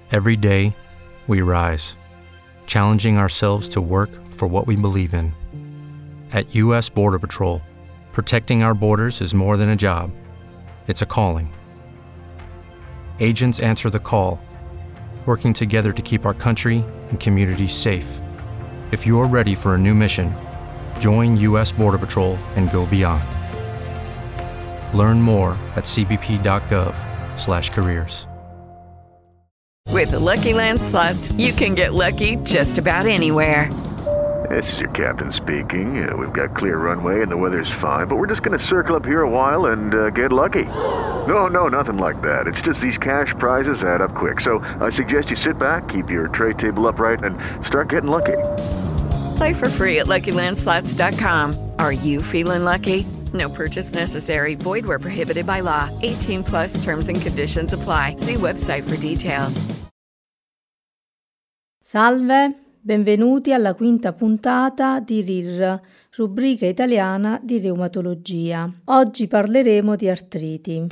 Every day, we rise, challenging ourselves to work for what we believe in. At U.S. Border Patrol, protecting our borders is more than a job. It's a calling. Agents answer the call, working together to keep our country and communities safe. If you are ready for a new mission, join U.S. Border Patrol and go beyond. Learn more at cbp.gov/careers. With the Lucky Land Slots, you can get lucky just about anywhere. This is your captain speaking. We've got clear runway and the weather's fine, but we're just going to circle up here a while and get lucky. No, nothing like that. It's just these cash prizes add up quick. So I suggest you sit back, keep your tray table upright, and start getting lucky. Play for free at LuckyLandSlots.com. Are you feeling lucky? No purchase necessary. Void where prohibited by law. 18 plus terms and conditions apply. See website for details. Salve, benvenuti alla quinta puntata di RIR, rubrica italiana di reumatologia. Oggi parleremo di artriti.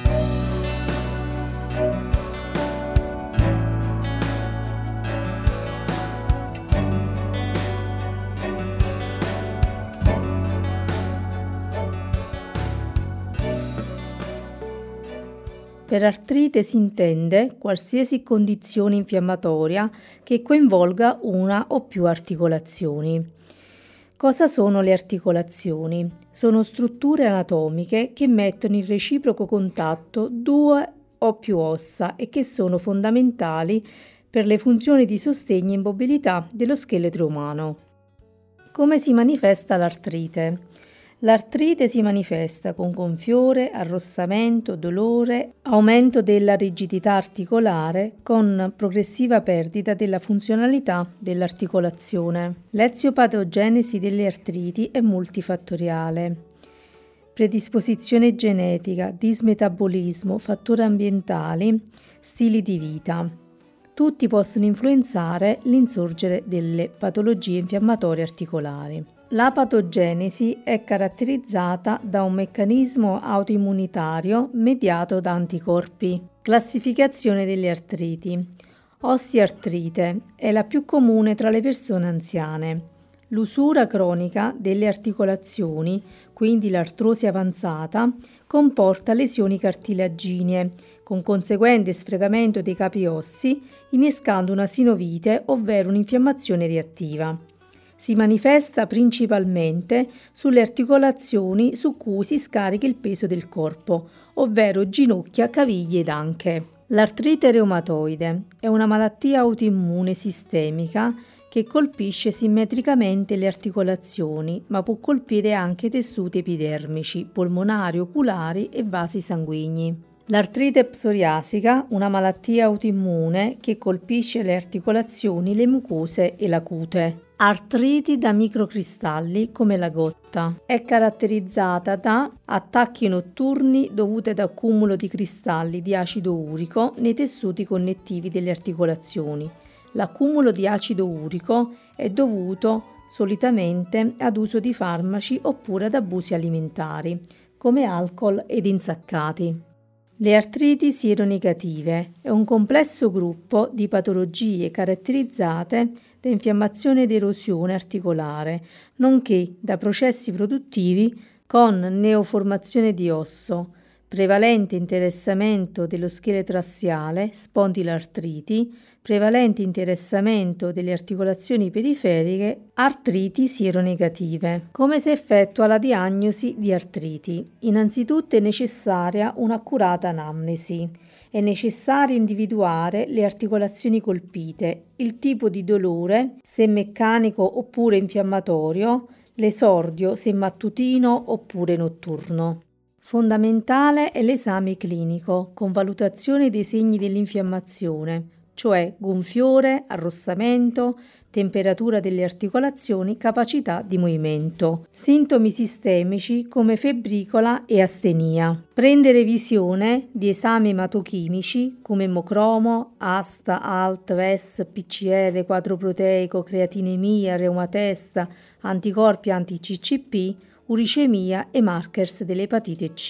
Per artrite si intende qualsiasi condizione infiammatoria che coinvolga una o più articolazioni. Cosa sono le articolazioni? Sono strutture anatomiche che mettono in reciproco contatto due o più ossa e che sono fondamentali per le funzioni di sostegno e immobilità dello scheletro umano. Come si manifesta l'artrite? L'artrite si manifesta con gonfiore, arrossamento, dolore, aumento della rigidità articolare con progressiva perdita della funzionalità dell'articolazione. L'eziopatogenesi delle artriti è multifattoriale. Predisposizione genetica, dismetabolismo, fattori ambientali, stili di vita. Tutti possono influenzare l'insorgere delle patologie infiammatorie articolari. La patogenesi è caratterizzata da un meccanismo autoimmunitario mediato da anticorpi. Classificazione delle artriti. Osteoartrite è la più comune tra le persone anziane. L'usura cronica delle articolazioni, quindi l'artrosi avanzata, comporta lesioni cartilaginee, con conseguente sfregamento dei capi ossi, innescando una sinovite, ovvero un'infiammazione reattiva. Si manifesta principalmente sulle articolazioni su cui si scarica il peso del corpo, ovvero ginocchia, caviglie ed anche. L'artrite reumatoide è una malattia autoimmune sistemica che colpisce simmetricamente le articolazioni, ma può colpire anche tessuti epidermici, polmonari, oculari e vasi sanguigni. L'artrite psoriasica, una malattia autoimmune che colpisce le articolazioni, le mucose e la cute. Artriti da microcristalli come la gotta. È caratterizzata da attacchi notturni dovuti ad accumulo di cristalli di acido urico nei tessuti connettivi delle articolazioni. L'accumulo di acido urico è dovuto solitamente ad uso di farmaci oppure ad abusi alimentari, come alcol ed insaccati. Le artriti sieronegative è un complesso gruppo di patologie caratterizzate da infiammazione ed erosione articolare, nonché da processi produttivi con neoformazione di osso, prevalente interessamento dello scheletro assiale, spondiloartriti, prevalente interessamento delle articolazioni periferiche, artriti sieronegative. Come si effettua la diagnosi di artriti? Innanzitutto è necessaria un'accurata anamnesi. È necessario individuare le articolazioni colpite, il tipo di dolore, se meccanico oppure infiammatorio, l'esordio, se mattutino oppure notturno. Fondamentale è l'esame clinico, con valutazione dei segni dell'infiammazione, cioè gonfiore, arrossamento, temperatura delle articolazioni, capacità di movimento. Sintomi sistemici come febbricola e astenia. Prendere visione di esami ematochimici come emocromo, asta, ALT, VES, PCR, quadro proteico, creatinemia, reumatesta, anticorpi anti-CCP, uricemia e markers dell'epatite C.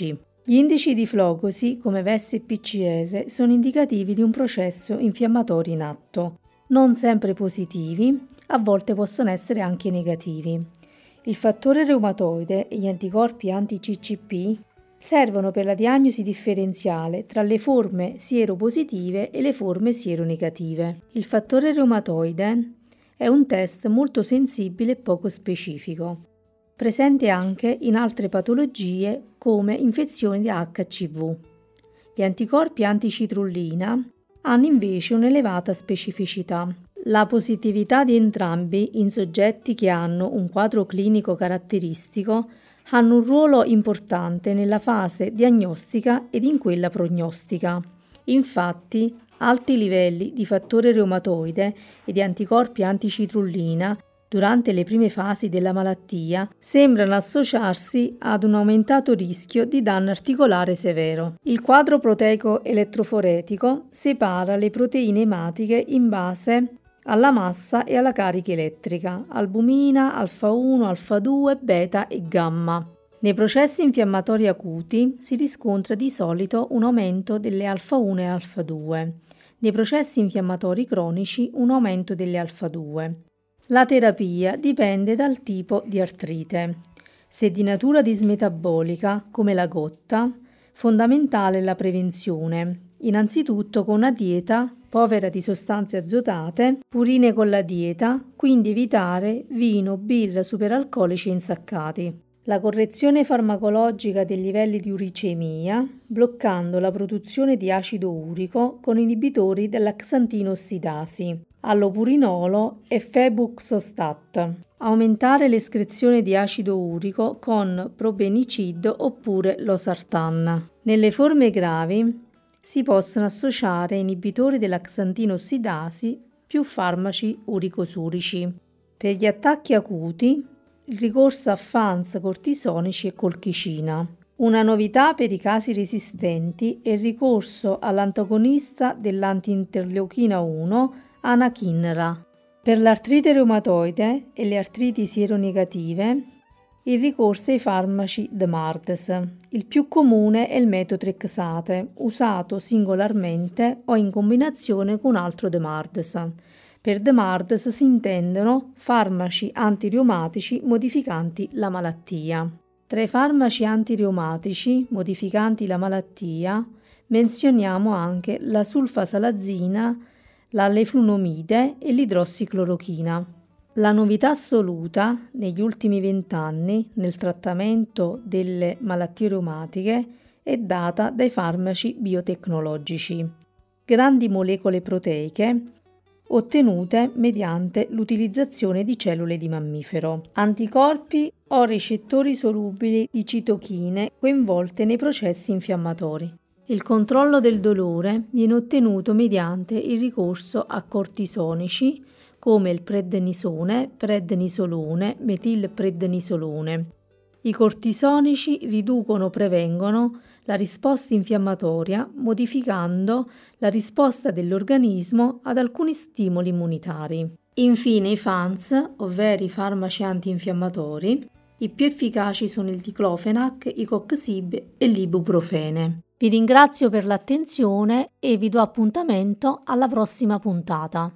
Gli indici di flogosi, come VES e PCR, sono indicativi di un processo infiammatorio in atto, non sempre positivi, a volte possono essere anche negativi. Il fattore reumatoide e gli anticorpi anti-CCP servono per la diagnosi differenziale tra le forme sieropositive e le forme sieronegative. Il fattore reumatoide è un test molto sensibile e poco specifico, presente anche in altre patologie come infezioni da HCV. Gli anticorpi anticitrullina hanno invece un'elevata specificità. La positività di entrambi in soggetti che hanno un quadro clinico caratteristico hanno un ruolo importante nella fase diagnostica ed in quella prognostica. Infatti, alti livelli di fattore reumatoide e di anticorpi anticitrullina durante le prime fasi della malattia sembrano associarsi ad un aumentato rischio di danno articolare severo. Il quadro proteico elettroforetico separa le proteine ematiche in base alla massa e alla carica elettrica, albumina, alfa-1, alfa-2, beta e gamma. Nei processi infiammatori acuti si riscontra di solito un aumento delle alfa-1 e alfa-2. Nei processi infiammatori cronici un aumento delle alfa-2. La terapia dipende dal tipo di artrite. Se di natura dismetabolica, come la gotta, fondamentale è la prevenzione, innanzitutto con una dieta povera di sostanze azotate, purine con la dieta, quindi evitare vino, birra, superalcolici e insaccati. La correzione farmacologica dei livelli di uricemia, bloccando la produzione di acido urico con inibitori della xantinossidasi, allopurinolo e febuxostat. Aumentare l'escrezione di acido urico con probenicid oppure losartan. Nelle forme gravi si possono associare inibitori della xantinossidasi più farmaci uricosurici. Per gli attacchi acuti, il ricorso a FANS cortisonici e colchicina. Una novità per i casi resistenti è il ricorso all'antagonista dell'anti-interleuchina 1, anakinra. Per l'artrite reumatoide e le artriti sieronegative, il ricorso ai farmaci DMARDs. Il più comune è il metotrexate, usato singolarmente o in combinazione con altro DMARDs. Per DMARDs si intendono farmaci antireumatici modificanti la malattia. Tra i farmaci antireumatici modificanti la malattia menzioniamo anche la sulfasalazina, la leflunomide e l'idrossiclorochina. La novità assoluta negli ultimi 20 anni nel trattamento delle malattie reumatiche è data dai farmaci biotecnologici, grandi molecole proteiche ottenute mediante l'utilizzazione di cellule di mammifero, anticorpi o ricettori solubili di citochine coinvolte nei processi infiammatori. Il controllo del dolore viene ottenuto mediante il ricorso a cortisonici come il prednisone, prednisolone, metilprednisolone. I cortisonici riducono o prevengono la risposta infiammatoria modificando la risposta dell'organismo ad alcuni stimoli immunitari. Infine i FANS, ovvero i farmaci antinfiammatori, i più efficaci sono il diclofenac, i coxib e l'ibuprofene. Vi ringrazio per l'attenzione e vi do appuntamento alla prossima puntata.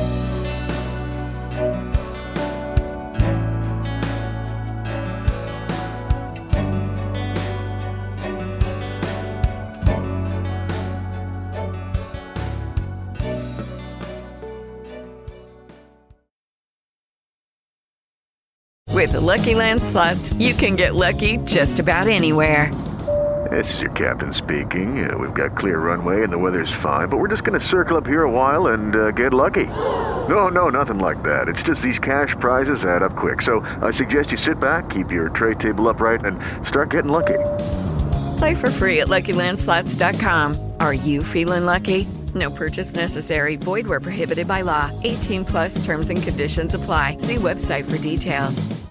With the Lucky Land Slots, you can get lucky just about anywhere. This is your captain speaking. We've got clear runway and the weather's fine, but we're just going to circle up here a while and get lucky. No, nothing like that. It's just these cash prizes add up quick. So I suggest you sit back, keep your tray table upright, and start getting lucky. Play for free at LuckyLandSlots.com. Are you feeling lucky? No purchase necessary. Void where prohibited by law. 18+ terms and conditions apply. See website for details.